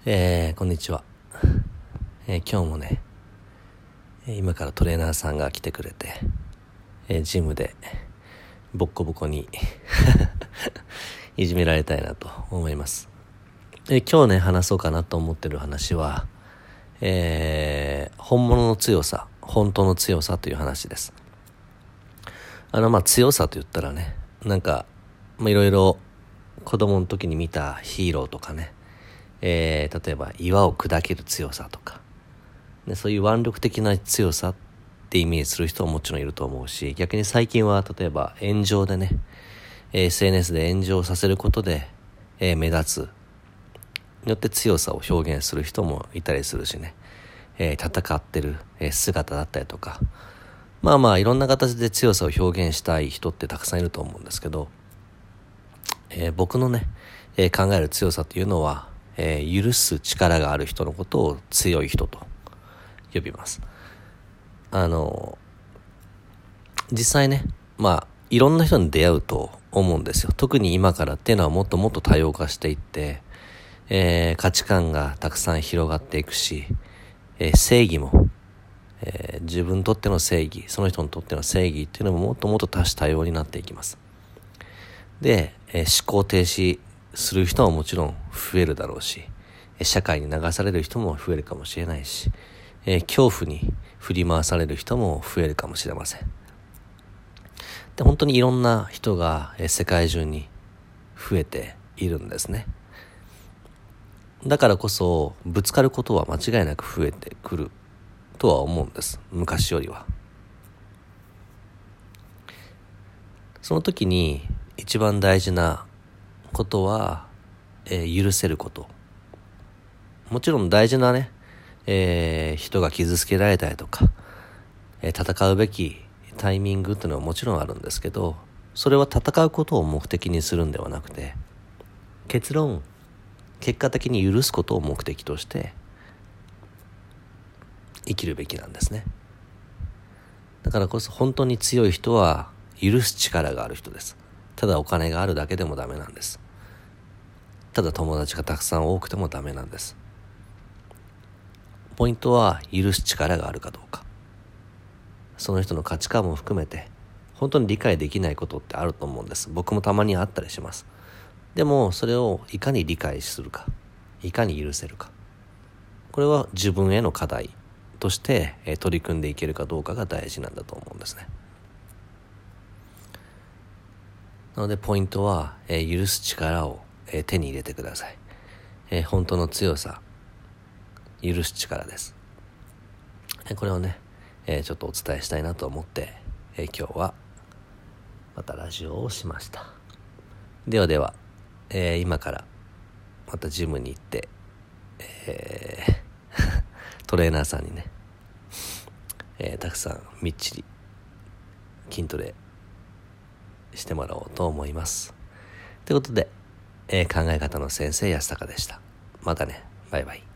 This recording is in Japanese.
こんにちは。今日もね、今からトレーナーさんが来てくれて、ジムでボッコボコにいじめられたいなと思います。今日ね、話そうかなと思ってる話は、本物の強さ、本当の強さという話です。強さと言ったらね、いろいろ子供の時に見たヒーローとかね、例えば岩を砕ける強さとか、そういう腕力的な強さってイメージする人はもちろんいると思うし、逆に最近は例えば炎上でね、SNS で炎上させることで、目立つによって強さを表現する人もいたりするしね、戦ってる、姿だったりとか、いろんな形で強さを表現したい人ってたくさんいると思うんですけど、僕のね、考える強さというのは、許す力がある人のことを強い人と呼びます。実際ね、いろんな人に出会うと思うんですよ。特に今からっていうのはもっともっと多様化していって、価値観がたくさん広がっていくし、正義も、自分にとっての正義、その人にとっての正義っていうのももっともっと多種多様になっていきます。で、思考停止する人はもちろん増えるだろうし、社会に流される人も増えるかもしれないし、恐怖に振り回される人も増えるかもしれません。で、本当にいろんな人が世界中に増えているんですね。だからこそぶつかることは間違いなく増えてくるとは思うんです。昔よりは。その時に一番大事なことは、許せること。もちろん大事なね、人が傷つけられたりとか、戦うべきタイミングっていうのはもちろんあるんですけど、それは戦うことを目的にするんではなくて、結果的に許すことを目的として生きるべきなんですね。だからこそ本当に強い人は許す力がある人です。ただお金があるだけでもダメなんです。ただ友達がたくさん多くてもダメなんです。ポイントは許す力があるかどうか。その人の価値観も含めて本当に理解できないことってあると思うんです。僕もたまにあったりします。でもそれをいかに理解するか、いかに許せるか、これは自分への課題として取り組んでいけるかどうかが大事なんだと思うんですね。なのでポイントは、許す力を、手に入れてください。本当の強さ、許す力です。これをね、ちょっとお伝えしたいなと思って、今日はまたラジオをしました。ではでは、今からまたジムに行って、トレーナーさんにね、たくさんみっちり筋トレしてもらおうと思います。ということで、考え方の先生安高でした。またね、バイバイ。